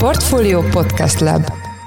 Portfolio Podcast Lab.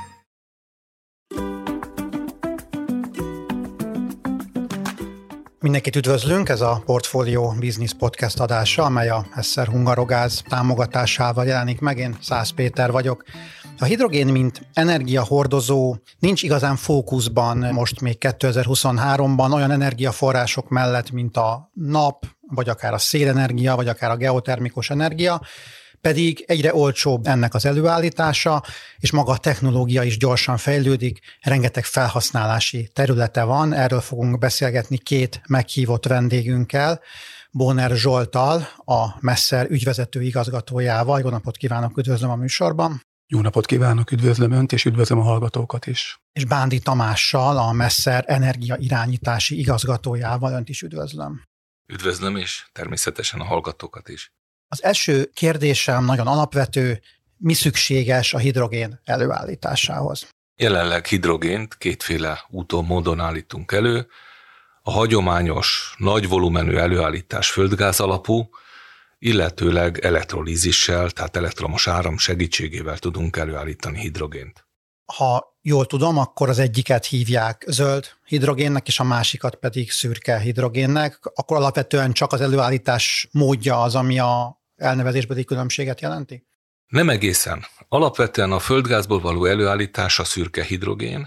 Mindenkit üdvözlünk, ez a Portfolio Business Podcast adása, amely a Esser Hungarogáz támogatásával jelenik meg. Én Szász Péter vagyok. A hidrogén, mint energiahordozó nincs igazán fókuszban most még 2023-ban olyan energiaforrások mellett, mint a nap, vagy akár a szélenergia, vagy akár a geotermikus energia, pedig egyre olcsóbb ennek az előállítása, és maga a technológia is gyorsan fejlődik, rengeteg felhasználási területe van, erről fogunk beszélgetni két meghívott vendégünkkel, Bóner Zsolttal, a Messer ügyvezető igazgatójával. Jó napot kívánok, üdvözlöm a műsorban! Jó napot kívánok, üdvözlöm Önt, és üdvözlöm a hallgatókat is. És Bándi Tamással, a Messer energiairányítási igazgatójával, Önt is üdvözlöm. Üdvözlöm, és természetesen a hallgatókat is. Az első kérdésem nagyon alapvető, mi szükséges a hidrogén előállításához? Jelenleg hidrogént kétféle úton, módon állítunk elő. A hagyományos, nagy volumenű előállítás földgáz alapú, illetőleg elektrolízissel, tehát elektromos áram segítségével tudunk előállítani hidrogént. Ha jól tudom, akkor az egyiket hívják zöld hidrogénnek, és a másikat pedig szürke hidrogénnek. Akkor alapvetően csak az előállítás módja az, ami a elnevezésbeli különbséget jelenti? Nem egészen. Alapvetően a földgázból való előállítás a szürke hidrogén.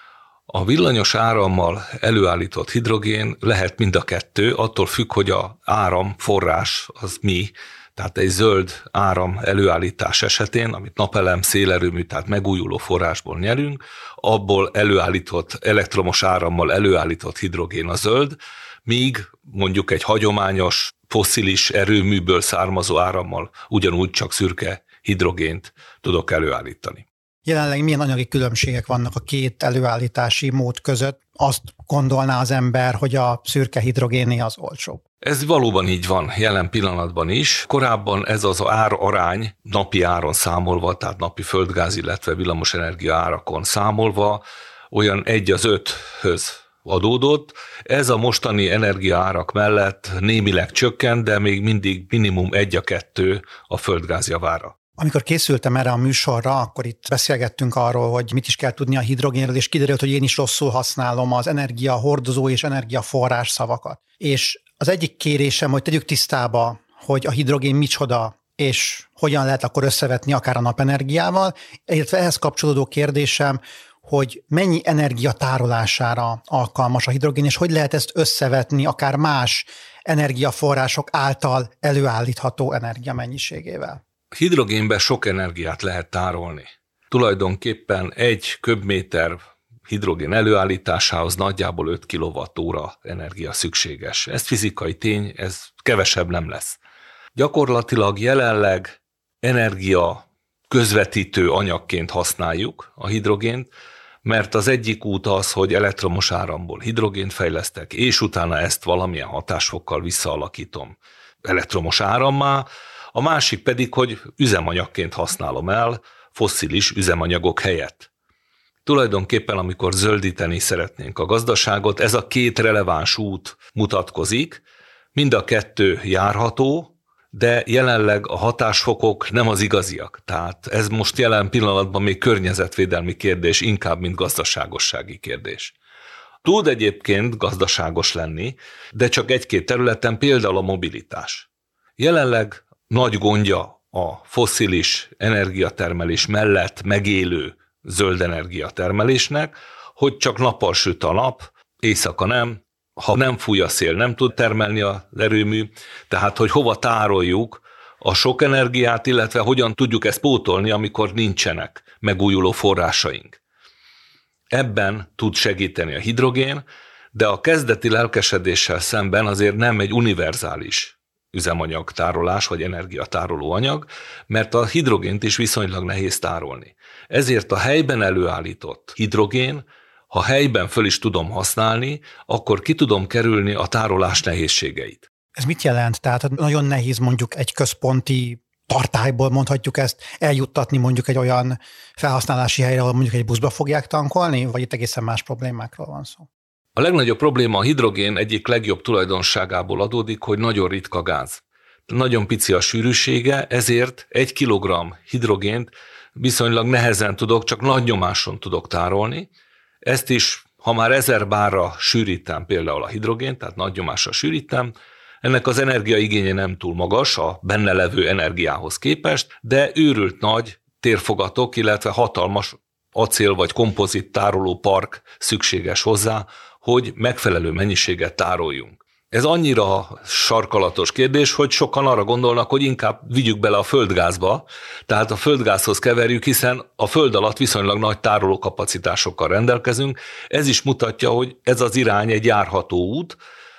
A villanyos árammal előállított hidrogén lehet mind a kettő, attól függ, hogy a áram forrás az mi. Tehát egy zöld áram előállítás esetén, amit napelem, szélerőmű, tehát megújuló forrásból nyerünk, abból előállított, elektromos árammal előállított hidrogén a zöld, míg mondjuk egy hagyományos, fosszilis erőműből származó árammal ugyanúgy csak szürke hidrogént tudok előállítani. Jelenleg milyen anyagi különbségek vannak a két előállítási mód között? Azt gondolná az ember, hogy a szürke hidrogéné az olcsóbb. Ez valóban így van, jelen pillanatban is. Korábban ez az árarány napi áron számolva, tehát napi földgáz, illetve villamosenergia árakon számolva olyan 1:5 adódott. Ez a mostani energiaárak mellett némileg csökkent, de még mindig minimum 1:2 a földgáz javára. Amikor készültem erre a műsorra, akkor itt beszélgettünk arról, hogy mit is kell tudni a hidrogénről, és kiderült, hogy én is rosszul használom az energiahordozó és energiaforrás szavakat. És az egyik kérésem, hogy tegyük tisztába, hogy a hidrogén micsoda, és hogyan lehet akkor összevetni akár a napenergiával, illetve ehhez kapcsolódó kérdésem, hogy mennyi energia tárolására alkalmas a hidrogén, és hogy lehet ezt összevetni akár más energiaforrások által előállítható energia mennyiségével. Hidrogénben sok energiát lehet tárolni. Tulajdonképpen 1 köbméter hidrogén előállításához nagyjából 5 kWh energia szükséges. Ez fizikai tény, ez kevesebb nem lesz. Gyakorlatilag jelenleg energia közvetítő anyagként használjuk a hidrogént, mert az egyik út az, hogy elektromos áramból hidrogént fejlesztek, és utána ezt valamilyen hatásfokkal visszaalakítom elektromos árammá, a másik pedig, hogy üzemanyagként használom el fosszilis üzemanyagok helyett. Tulajdonképpen, amikor zöldíteni szeretnénk a gazdaságot, ez a két releváns út mutatkozik, mind a kettő járható, de jelenleg a hatásfokok nem az igaziak. Tehát ez most jelen pillanatban még környezetvédelmi kérdés, inkább, mint gazdaságossági kérdés. Tud egyébként gazdaságos lenni, de csak 1-2 területen, például a mobilitás. Jelenleg nagy gondja a fosszilis energiatermelés mellett megélő zöld energiatermelésnek, hogy csak nappal süt a nap, éjszaka nem, ha nem fúj a szél, nem tud termelni az erőmű, tehát hogy hova tároljuk a sok energiát, illetve hogyan tudjuk ezt pótolni, amikor nincsenek megújuló forrásaink. Ebben tud segíteni a hidrogén, de a kezdeti lelkesedéssel szemben azért nem egy univerzális üzemanyagtárolás vagy energiatároló anyag, mert a hidrogént is viszonylag nehéz tárolni. Ezért a helyben előállított hidrogén, ha helyben föl is tudom használni, akkor ki tudom kerülni a tárolás nehézségeit. Ez mit jelent? Tehát nagyon nehéz mondjuk egy központi tartályból, mondhatjuk ezt, eljuttatni mondjuk egy olyan felhasználási helyre, ahol mondjuk egy buszba fogják tankolni, vagy itt egészen más problémákról van szó? A legnagyobb probléma a hidrogén egyik legjobb tulajdonságából adódik, hogy nagyon ritka gáz. nagyon pici a sűrűsége, ezért 1 kilogramm hidrogént viszonylag nehezen tudok, csak nagy nyomáson tudok tárolni. Ezt is, ha már 1000 bárra sűrítem például a hidrogént, tehát nagy nyomásra sűrítem, ennek az energiaigénye nem túl magas a benne levő energiához képest, de őrült nagy térfogatok, illetve hatalmas acél vagy kompozit tároló park szükséges hozzá, hogy megfelelő mennyiséget tároljunk. Ez annyira sarkalatos kérdés, hogy sokan arra gondolnak, hogy inkább vigyük bele a földgázba, tehát a földgázhoz keverjük, hiszen a föld alatt viszonylag nagy tárolókapacitásokkal rendelkezünk. Ez is mutatja, hogy ez az irány egy járható út,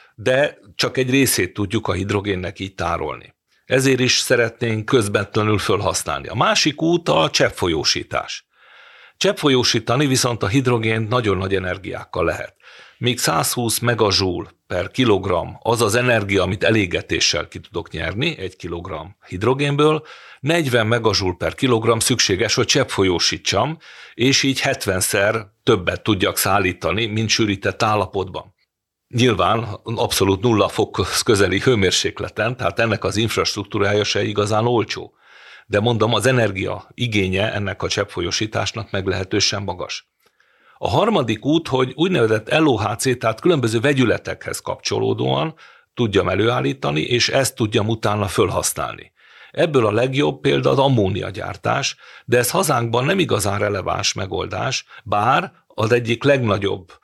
de csak egy részét tudjuk a hidrogénnek így tárolni. Ezért is szeretnénk közvetlenül fölhasználni. A másik út a cseppfolyósítás. Cseppfolyósítani viszont a hidrogént nagyon nagy energiákkal lehet. Míg 120 megajoule per kilogramm az az energia, amit elégetéssel ki tudok nyerni 1 kilogramm hidrogénből, 40 megajoule per kilogramm szükséges, hogy cseppfolyósítsam, és így 70-szer többet tudjak szállítani, mint sűrített állapotban. Nyilván abszolút 0 fok közeli hőmérsékleten, tehát ennek az infrastruktúrája se igazán olcsó. De mondom, az energia igénye ennek a cseppfolyósításnak meglehetősen magas. A harmadik út, hogy úgynevezett LOHC, tehát különböző vegyületekhez kapcsolódóan tudjam előállítani, és ezt tudjam utána fölhasználni. Ebből a legjobb példa az ammóniagyártás, de ez hazánkban nem igazán releváns megoldás, bár az egyik legnagyobb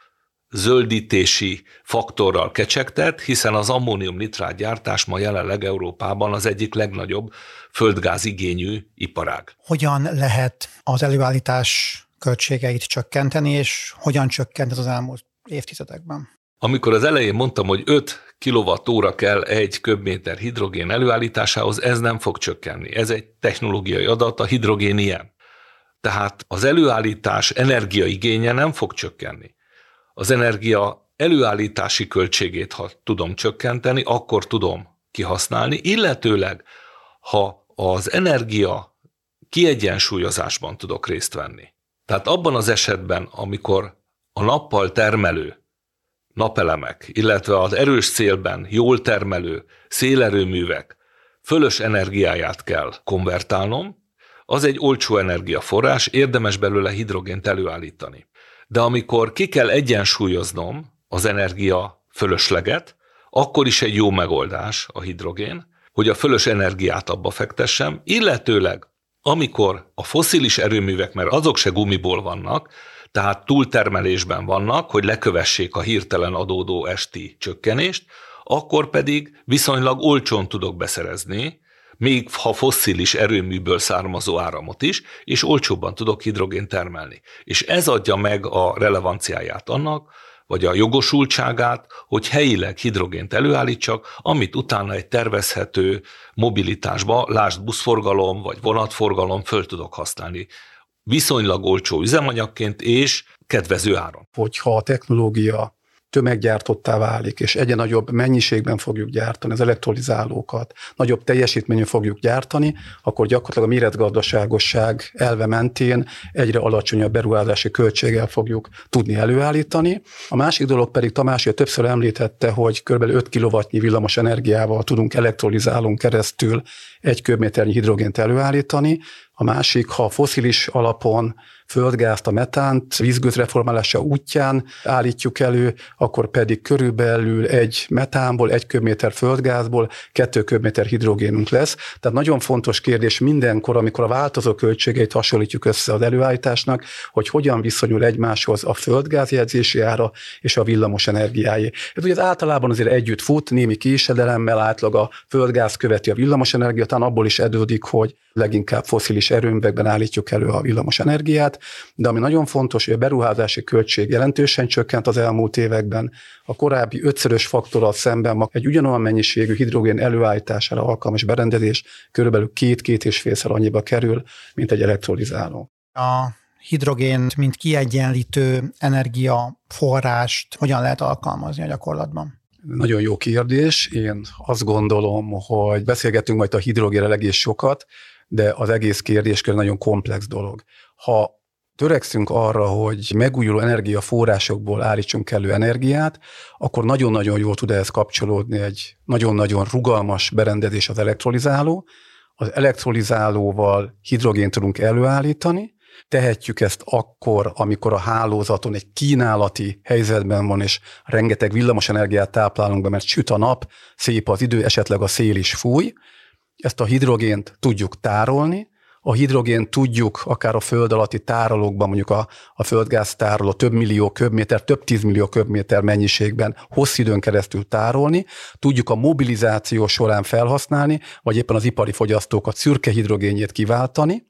zöldítési faktorral kecsegtet, hiszen az ammónium-nitrát gyártás ma jelenleg Európában az egyik legnagyobb földgázigényű iparág. Hogyan lehet az előállítás költségeit csökkenteni, és hogyan csökkent ez az elmúlt évtizedekben? Amikor az elején mondtam, hogy 5 kWh kell 1 köbméter hidrogén előállításához, ez nem fog csökkenni. Ez egy technológiai adat, a hidrogén ilyen. Tehát az előállítás energiaigénye nem fog csökkenni. Az energia előállítási költségét, ha tudom csökkenteni, akkor tudom kihasználni, illetőleg, ha az energia kiegyensúlyozásban tudok részt venni. Tehát abban az esetben, amikor a nappal termelő napelemek, illetve az erős szélben jól termelő szélerőművek fölös energiáját kell konvertálnom, az egy olcsó energiaforrás, érdemes belőle hidrogént előállítani. De amikor ki kell egyensúlyoznom az energia fölösleget, akkor is egy jó megoldás a hidrogén, hogy a fölös energiát abba fektessem, illetőleg amikor a fosszilis erőművek, mert azok se gumiból vannak, tehát túltermelésben vannak, hogy lekövessék a hirtelen adódó esti csökkenést, akkor pedig viszonylag olcsón tudok beszerezni, még ha fosszilis erőműből származó áramot is, és olcsóbban tudok hidrogént termelni. És ez adja meg a relevanciáját annak, vagy a jogosultságát, hogy helyileg hidrogént előállítsak, amit utána egy tervezhető mobilitásba, lásd buszforgalom vagy vonatforgalom, föl tudok használni. Viszonylag olcsó üzemanyagként és kedvező áron. Hogyha a technológia tömeggyártottá válik, és egyre nagyobb mennyiségben fogjuk gyártani az elektrolizálókat, nagyobb teljesítményű fogjuk gyártani, akkor gyakorlatilag a méretgazdaságosság elve mentén egyre alacsonyabb beruházási költséggel fogjuk tudni előállítani. A másik dolog pedig Tamás többször említette, hogy kb. 5 kW-nyi villamos energiával tudunk elektrolizálón keresztül 1 köbméternyi hidrogént előállítani. A másik, ha fosszilis alapon földgázt, a metánt vízgőzreformálása útján állítjuk elő, akkor pedig körülbelül 1 metánból, 1 köbméter földgázból 2 köbméter hidrogénunk lesz. Tehát nagyon fontos kérdés mindenkor, amikor a változó költségeit hasonlítjuk össze az előállításnak, hogy hogyan viszonyul egymáshoz a földgáz jegyzési ára és a villamos energiáé. Ez ugye általában azért együtt fut, némi késedelemmel, átlag a földgáz követi a villamos energiát, talán abból is adódik, hogy leginkább fosszilis erőművekben állítjuk elő a villamos energiát, de ami nagyon fontos, hogy a beruházási költség jelentősen csökkent az elmúlt években. A korábbi 5-szörös faktorral szemben ma egy ugyanolyan mennyiségű hidrogén előállítására alkalmas berendezés körülbelül 2-2,5-szer annyiba kerül, mint egy elektrolizáló. A hidrogént, mint kiegyenlítő energiaforrást hogyan lehet alkalmazni a gyakorlatban? Nagyon jó kérdés. Én azt gondolom, hogy beszélgetünk majd a hidrogénről egész sokat, de az egész kérdéskör nagyon komplex dolog. Ha törekszünk arra, hogy megújuló energiaforrásokból állítsunk elő energiát, akkor nagyon-nagyon jól tud ehhez kapcsolódni egy nagyon-nagyon rugalmas berendezés, az elektrolizáló. Az elektrolizálóval hidrogént tudunk előállítani, tehetjük ezt akkor, amikor a hálózaton egy kínálati helyzetben van, és rengeteg villamosenergiát táplálunk be, mert süt a nap, szép az idő, esetleg a szél is fúj. Ezt a hidrogént tudjuk tárolni, a hidrogént tudjuk akár a föld alatti tárolókban, mondjuk a földgáztároló több millió köbméter, több 10 millió köbméter mennyiségben hosszú időn keresztül tárolni, tudjuk a mobilizáció során felhasználni, vagy éppen az ipari fogyasztókat szürke hidrogénjét kiváltani,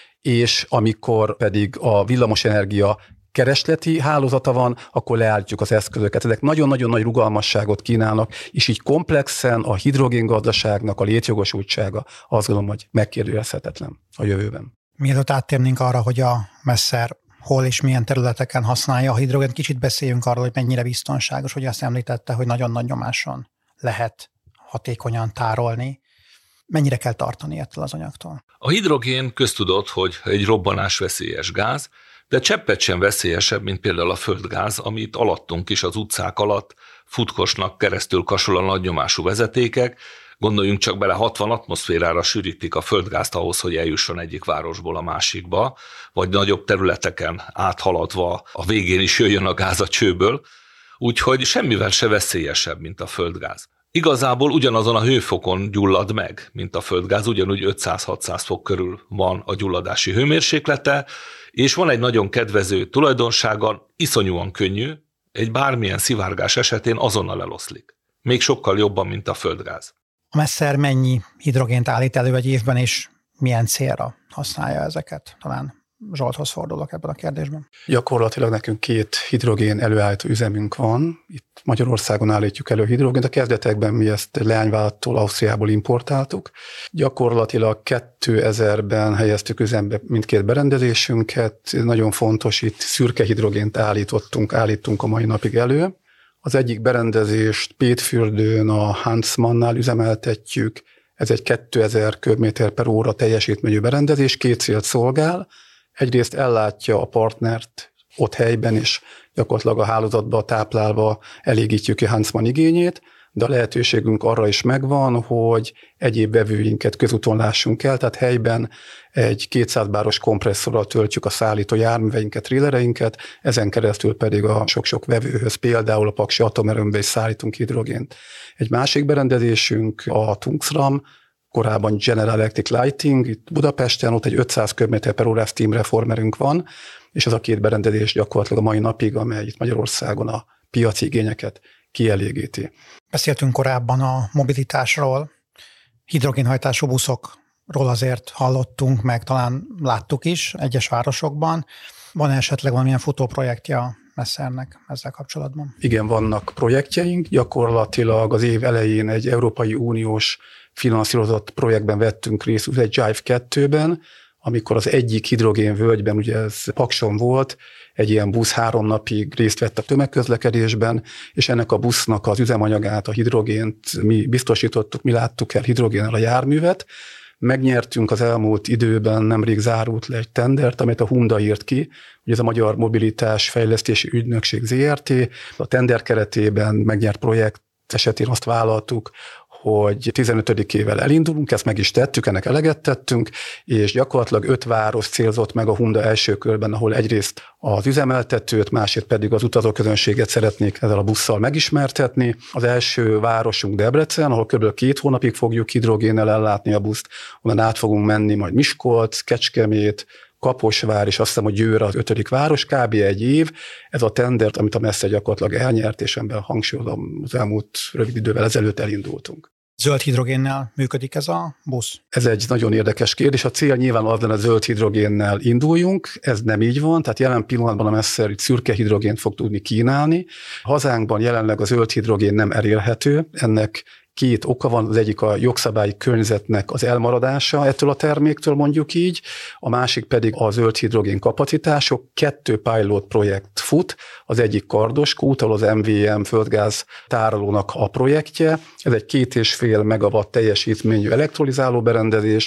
és amikor pedig a villamosenergia keresleti hálózata van, akkor leállítjuk az eszközöket. Ezek nagyon-nagyon nagy rugalmasságot kínálnak, és így komplexen a hidrogéngazdaságnak a létjogosultsága azt gondolom, hogy megkérdőjelezhetetlen a jövőben. Mielőtt áttérnénk arra, hogy a Messer hol és milyen területeken használja a hidrogént, kicsit beszéljünk arról, hogy mennyire biztonságos, hogy azt említette, hogy nagyon nagy nyomáson lehet hatékonyan tárolni. Mennyire kell tartani ettől az anyagtól? A hidrogén köztudott, hogy egy robbanásveszélyes gáz, de cseppet sem veszélyesebb, mint például a földgáz, amit alattunk is az utcák alatt futkosnak keresztül kasul a nagynyomású vezetékek. Gondoljunk csak bele, 60 atmoszférára sűrítik a földgázt ahhoz, hogy eljusson egyik városból a másikba, vagy nagyobb területeken áthaladva a végén is jöjjön a gáz a csőből, úgyhogy semmivel se veszélyesebb, mint a földgáz. Igazából ugyanazon a hőfokon gyullad meg, mint a földgáz, ugyanúgy 500-600 fok körül van a gyulladási hőmérséklete, és van egy nagyon kedvező tulajdonsága, iszonyúan könnyű, egy bármilyen szivárgás esetén azonnal eloszlik. Még sokkal jobban, mint a földgáz. A Messer mennyi hidrogént állít elő egy évben, és milyen célra használja ezeket? Talán Zsolthoz fordulok ebben a kérdésben. Gyakorlatilag nekünk 2 hidrogén előállító üzemünk van. Itt Magyarországon állítjuk elő hidrogént. A kezdetekben mi ezt leányvállalattól, Ausztriából importáltuk. Gyakorlatilag 2000-ben helyeztük üzembe mindkét berendezésünket. Nagyon fontos, itt szürke hidrogént állítunk a mai napig elő. Az egyik berendezést Pétfürdőn a Huntsmannál üzemeltetjük. Ez egy 2000 köbméter/óra teljesítményű berendezés, 2 célt szolgál. Egyrészt ellátja a partnert ott helyben, és gyakorlatilag a hálózatba táplálva elégítjük ki Huntsman igényét, de a lehetőségünk arra is megvan, hogy egyéb vevőinket közúton lássunk el, tehát helyben egy 200 báros kompresszorral töltjük a szállító járműveinket, trélereinket, ezen keresztül pedig a sok-sok vevőhöz, például a Paksi atomerőmbe is szállítunk hidrogént. Egy másik berendezésünk a Tungsram, korábban General Electric Lighting, itt Budapesten, ott egy 500 köbméter/órás steam reformerünk van, és ez a 2 berendezés gyakorlatilag a mai napig, amely itt Magyarországon a piaci igényeket kielégíti. Beszéltünk korábban a mobilitásról, hidrogénhajtású buszokról azért hallottunk, meg talán láttuk is egyes városokban. Van esetleg valamilyen futóprojektje a Messernek ezzel kapcsolatban? Igen, vannak projektjeink. Gyakorlatilag az év elején egy Európai Uniós finanszírozott projektben vettünk részt, egy Jive 2-ben, amikor az egyik hidrogénvölgyben, ugye ez Pakson volt, egy ilyen busz 3 napig részt vett a tömegközlekedésben, és ennek a busznak az üzemanyagát, a hidrogént mi biztosítottuk, mi láttuk el hidrogénnel a járművet. Megnyertünk az elmúlt időben, nemrég zárult le egy tendert, amit a Honda írt ki, ugye ez a Magyar Mobilitás Fejlesztési Ügynökség ZRT. A tender keretében megnyert projekt esetén azt vállaltuk, hogy 15-ével elindulunk, ezt meg is tettük, ennek eleget tettünk, és gyakorlatilag 5 város célzott meg a Honda első körben, ahol egyrészt az üzemeltetőt, másrészt pedig az utazóközönséget szeretnék ezzel a busszal megismertetni. Az első városunk Debrecen, ahol kb. 2 hónapig fogjuk hidrogénnel ellátni a buszt, onnan át fogunk menni majd Miskolc, Kecskemét, Kaposvár, és azt hiszem, hogy Győr az 5. város, kb. egy év. Ez a tender, amit a Messer gyakorlatilag elnyert, és ebben hangsúlyozom, az elmúlt rövid idővel ezelőtt elindultunk. Zöld hidrogénnel működik ez a busz? Ez egy nagyon érdekes kérdés. A cél nyilván az lenne, zöld hidrogénnel induljunk, ez nem így van, tehát jelen pillanatban a Messer itt szürke hidrogént fog tudni kínálni. Hazánkban jelenleg a zöld hidrogén nem elérhető, ennek 2 oka van, az egyik a jogszabályi környezetnek az elmaradása ettől a terméktől, mondjuk így, a másik pedig a zöld hidrogén kapacitások. 2 pilot projekt fut, az egyik Kardoskút, ahol az MVM földgáz tárolónak a projektje, ez egy 2,5 megawatt teljesítményű elektrolizáló berendezés,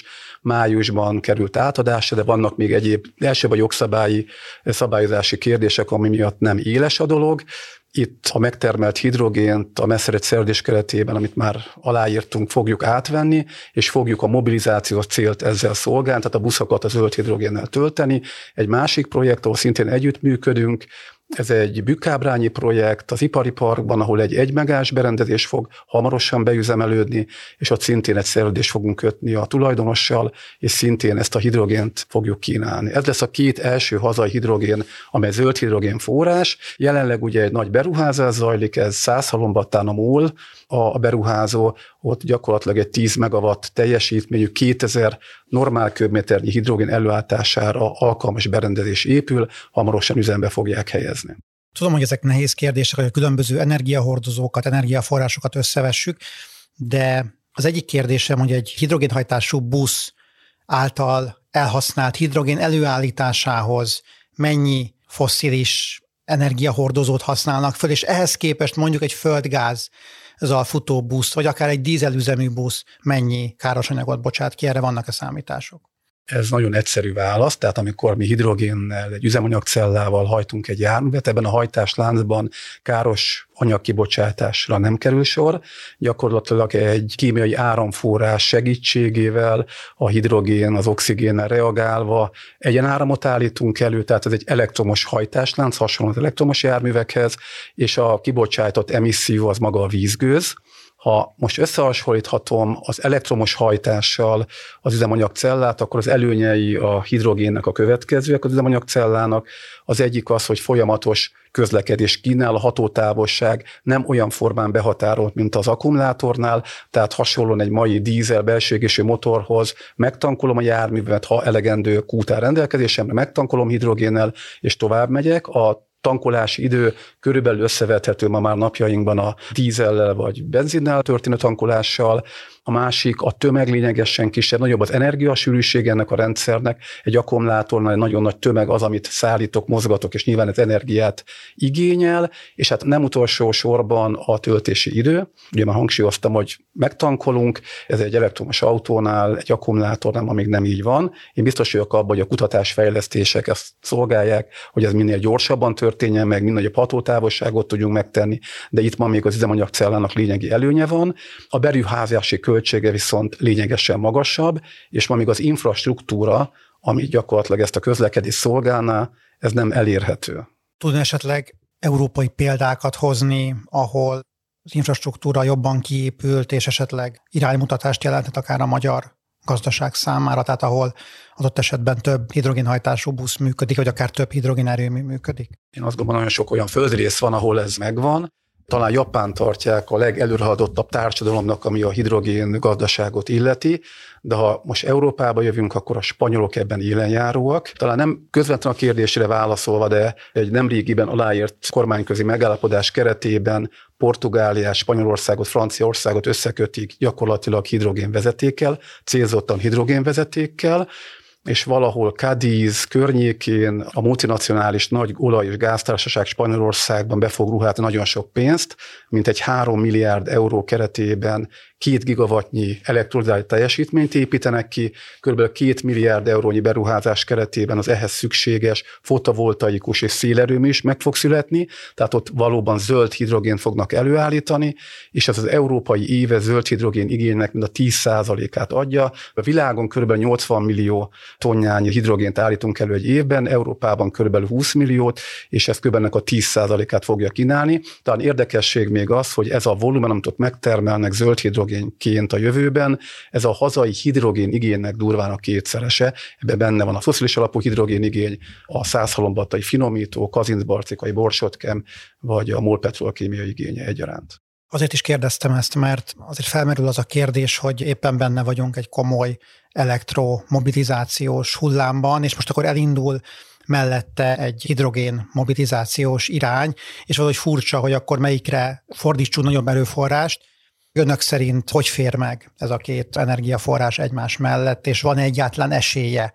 májusban került átadásra, de vannak még egyéb első vagy szabályozási kérdések, ami miatt nem éles a dolog. Itt a megtermelt hidrogént a Meszerett szerződés keretében, amit már aláírtunk, fogjuk átvenni, és fogjuk a mobilizációs célt ezzel szolgálni, tehát a buszokat a zöld hidrogénnel tölteni. Egy másik projekt, ahol szintén együttműködünk, ez egy bükkábrányi projekt az ipari parkban, ahol egy 1 megás berendezés fog hamarosan beüzemelődni, és ott szintén egy szerződést fogunk kötni a tulajdonossal, és szintén ezt a hidrogént fogjuk kínálni. Ez lesz a 2 első hazai hidrogén, amely zöld hidrogén forrás. Jelenleg ugye egy nagy beruházás zajlik, ez Szászhalombattán a MOL, a beruházó, ott gyakorlatilag egy 10 megawatt teljesítményű 2000 normál köbméternyi hidrogén előállítására alkalmas berendezés épül, hamarosan üzembe fogják helyezni. Tudom, hogy ezek nehéz kérdések, hogy a különböző energiahordozókat, energiaforrásokat összevessük, de az egyik kérdésem, hogy egy hidrogénhajtású busz által elhasznált hidrogén előállításához mennyi fosszilis energiahordozót használnak föl, és ehhez képest mondjuk egy földgáz futó busz, vagy akár egy dízelüzemű busz mennyi káros anyagot bocsát ki, erre vannak-e számítások? Ez nagyon egyszerű válasz, tehát amikor mi hidrogénnel, egy üzemanyagcellával hajtunk egy járművet, ebben a hajtásláncban káros anyagkibocsátásra nem kerül sor, gyakorlatilag egy kémiai áramforrás segítségével a hidrogén az oxigénnel reagálva egyenáramot állítunk elő, tehát ez egy elektromos hajtáslánc, hasonló az elektromos járművekhez, és a kibocsátott emisszió az maga a vízgőz. Ha most összehasonlíthatom az elektromos hajtással az üzemanyagcellát, akkor az előnyei a hidrogénnek a következőek az üzemanyagcellának. Az egyik az, hogy folyamatos közlekedés kínál, a hatótávolság nem olyan formán behatárolt, mint az akkumulátornál, tehát hasonlóan egy mai dízel belső égésű motorhoz megtankolom a járművet, ha elegendő kút áll rendelkezésemre, megtankolom hidrogénnel, és tovább megyek. A tankolási idő körülbelül összevethető ma már napjainkban a dízellel vagy benzinnel történő tankolással. A másik, a tömeg lényegesen kisebb, nagyobb az energiasűrűség ennek a rendszernek. Egy akkumulátornál egy nagyon nagy tömeg az, amit szállítok, mozgatok, és nyilván ez energiát igényel, és hát nem utolsó sorban a töltési idő. Ugye már hangsúlyoztam, hogy megtankolunk, ez egy elektromos autónál, egy akkumulátornál még nem így van. Én biztos vagyok abban, hogy a kutatásfejlesztések ezt szolgálják, hogy ez minél gyorsabban történjen meg, minél nagyobb hatótávolságot tudjunk megtenni, de itt ma még az üzemanyagcellának lényegi előnye van. A beruházási költsége viszont lényegesen magasabb, és ma még az infrastruktúra, ami gyakorlatilag ezt a közlekedést szolgálná, ez nem elérhető. Tudna esetleg európai példákat hozni, ahol az infrastruktúra jobban kiépült, és esetleg iránymutatást jelentett akár a magyar gazdaság számára, tehát ahol adott esetben több hidrogénhajtású busz működik, vagy akár több hidrogénerőmű működik? Én azt gondolom, nagyon sok olyan földrész van, ahol ez megvan. Talán Japán tartják a legelőrehaladottabb társadalomnak, ami a hidrogén gazdaságot illeti, de ha most Európába jövünk, akkor a spanyolok ebben élenjáróak. Talán nem közvetlenül a kérdésre válaszolva, de egy nemrégiben aláírt kormányközi megállapodás keretében Portugáliát, Spanyolországot, Franciaországot összekötik gyakorlatilag hidrogénvezetékkel, célzottan hidrogénvezetékkel, és valahol Cádiz környékén a multinacionális nagy olaj- és gáztársaság Spanyolországban be fog ruházni nagyon sok pénzt, mint egy 3 milliárd euró keretében 2 gigawattnyi elektrolizált teljesítményt építenek ki, kb. 2 milliárd eurónyi beruházás keretében az ehhez szükséges fotovoltaikus és szélerőmű is meg fog születni, tehát ott valóban zöld hidrogént fognak előállítani, és ez az európai éves zöld hidrogén igénynek mind a 10%-át adja. A világon kb. 80 millió tonnányi hidrogént állítunk elő egy évben, Európában kb. 20 milliót, és ez kb. Ennek a 10%-át fogja kínálni. Talán érdekesség még az, hogy ez a volumen, amit ott megtermelnek zöld hidrogénként a jövőben, ez a hazai hidrogén igénynek durván a 2-szerese. Ebben benne van a fosszilis alapú hidrogén igény, a Szászhalombattai finomító, Kazincbarcikai Borsodkem, vagy a MOL petrolkémiai igénye egyaránt. Azért is kérdeztem ezt, mert azért felmerül az a kérdés, hogy éppen benne vagyunk egy komoly elektromobilizációs hullámban, és most akkor elindul mellette egy hidrogén mobilizációs irány, és valahogy furcsa, hogy akkor melyikre fordítsunk nagyobb erőforrást. Önök szerint hogy fér meg ez a két energiaforrás egymás mellett, és van egyáltalán esélye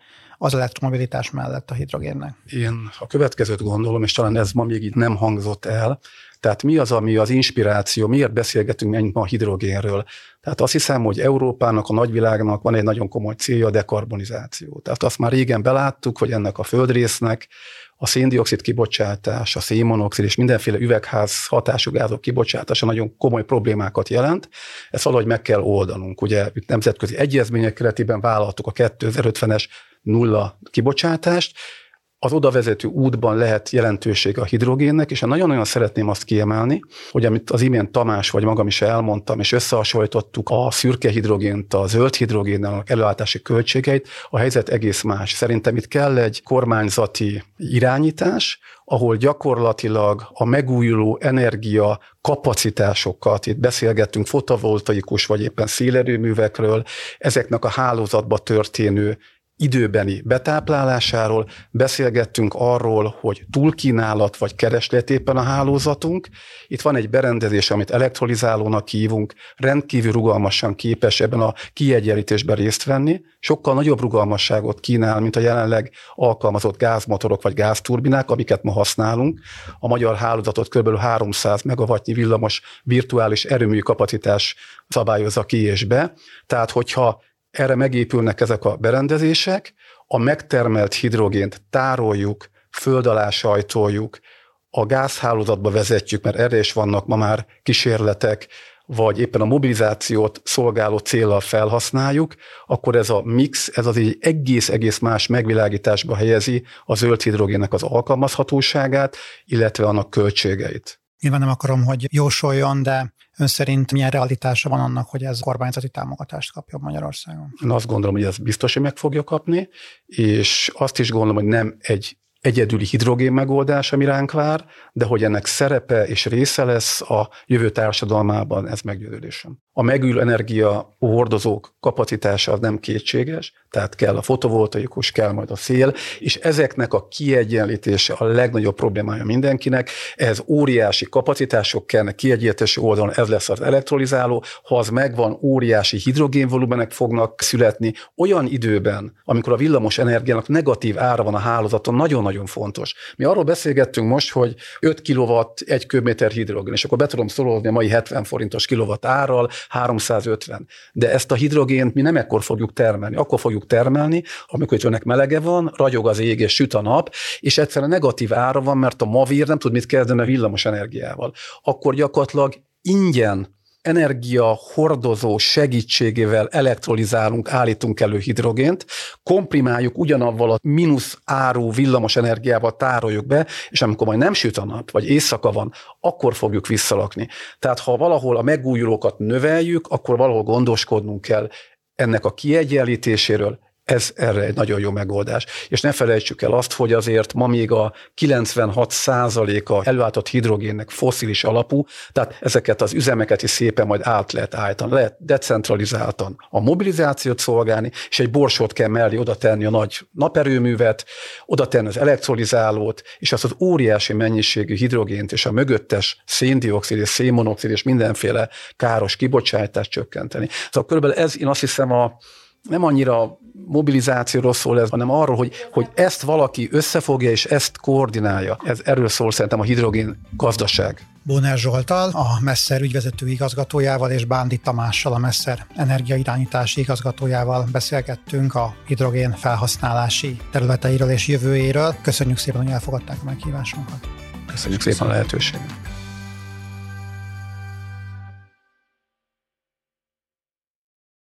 az elektromobilitás mellett a hidrogénnek? Én a következőt gondolom, és talán ez ma még így nem hangzott el. Tehát mi az, ami az inspiráció, miért beszélgetünk ennyit ma a hidrogénről? Tehát azt hiszem, hogy Európának, a nagyvilágnak van egy nagyon komoly célja, a dekarbonizáció. Tehát azt már régen beláttuk, hogy ennek a földrésznek a szén-dioxid kibocsátás, a szénmonoxid és mindenféle üvegház hatású gázok kibocsátása nagyon komoly problémákat jelent. Ezt valahogy meg kell oldanunk. Ugye nemzetközi egyezmények keretében vállaltuk a 2050-es nulla kibocsátást. Az oda vezető útban lehet jelentősége a hidrogénnek, és én nagyon-nagyon szeretném azt kiemelni, hogy amit az imént Tamás vagy magam is elmondtam, és összehasonlítottuk a szürke hidrogént, a zöld hidrogénnek előállítási költségeit, a helyzet egész más. Szerintem itt kell egy kormányzati irányítás, ahol gyakorlatilag a megújuló energia kapacitásokat, itt beszélgettünk fotovoltaikus vagy éppen szélerőművekről, ezeknek a hálózatba történő időbeni betáplálásáról, beszélgettünk arról, hogy túlkínálat vagy kereslet éppen a hálózatunk. Itt van egy berendezés, amit elektrolizálónak hívunk, rendkívül rugalmasan képes ebben a kiegyenlítésben részt venni, sokkal nagyobb rugalmasságot kínál, mint a jelenleg alkalmazott gázmotorok vagy gázturbinák, amiket ma használunk. A magyar hálózatot kb. 300 megawattnyi villamos virtuális erőmű kapacitás szabályozza ki és be. Tehát, hogyha erre megépülnek ezek a berendezések, a megtermelt hidrogént tároljuk, föld alá sajtoljuk, a gázhálózatba vezetjük, mert erre is vannak ma már kísérletek, vagy éppen a mobilizációt szolgáló céllal felhasználjuk, akkor ez a mix, ez az egy egész más megvilágításba helyezi a zöld hidrogénnek az alkalmazhatóságát, illetve annak költségeit. Nyilván nem akarom, hogy jósoljon, de ön szerint milyen realitása van annak, hogy ez kormányzati támogatást kapjon Magyarországon? Én azt gondolom, hogy ez biztos, hogy meg fogja kapni, és azt is gondolom, hogy nem egy egyedüli hidrogén megoldás, ami ránk vár, de hogy ennek szerepe és része lesz a jövő társadalmában, ez meggyőződésem. A megújuló energia hordozók kapacitása az nem kétséges, tehát kell a fotovoltaikus, kell majd a szél, és ezeknek a kiegyenlítése a legnagyobb problémája mindenkinek. Ez óriási kapacitások kellene, kiegyenlítési oldalon ez lesz az elektrolizáló, ha az megvan, óriási hidrogénvolumenek fognak születni olyan időben, amikor a villamos energiának negatív ára van a hálózaton, nagyon-nagyon fontos. Mi arról beszélgettünk most, hogy 5 kW 1 köbméter hidrogén, és akkor be tudom szorozni a mai 70 forintos kilowatt árral, 350. De ezt a hidrogént mi nem ekkor fogjuk termelni. Akkor fogjuk termelni, amikor itt önnek melege van, ragyog az ég és süt a nap, és egyszerűen negatív ára van, mert a mavír nem tud mit kezdeni a villamos energiával. Akkor gyakorlatilag ingyen energiahordozó segítségével elektrolizálunk, állítunk elő hidrogént, komprimáljuk ugyanavval a mínusz áru villamos energiával tároljuk be, és amikor majd nem süt a nap, vagy éjszaka van, akkor fogjuk visszalakni. Tehát ha valahol a megújulókat növeljük, akkor valahol gondoskodnunk kell ennek a kiegyenlítéséről. Ez erre egy nagyon jó megoldás. És ne felejtsük el azt, hogy azért ma még a 96%-a előállított hidrogénnek fosszilis alapú, tehát ezeket az üzemeket is szépen majd át lehet állítani, lehet decentralizáltan a mobilizációt szolgálni, és egy borsót kell mellé oda tenni a nagy naperőművet, oda tenni az elektrolizálót, és azt az óriási mennyiségű hidrogént és a mögöttes széndioxid és szénmonoxid és mindenféle káros kibocsátást csökkenteni. Szóval körülbelül ez, én azt hiszem, nem annyira mobilizációról szól ez, hanem arról, hogy ezt valaki összefogja és ezt koordinálja. Erről szól szerintem a hidrogén gazdaság. Bóner Zsolttal, a Messer ügyvezető igazgatójával és Bándi Tamással, a Messer energiairányítási igazgatójával beszélgettünk a hidrogén felhasználási területeiről és jövőjéről. Köszönjük szépen, hogy elfogadták a meghívásunkat. Köszönjük szépen a lehetőséget.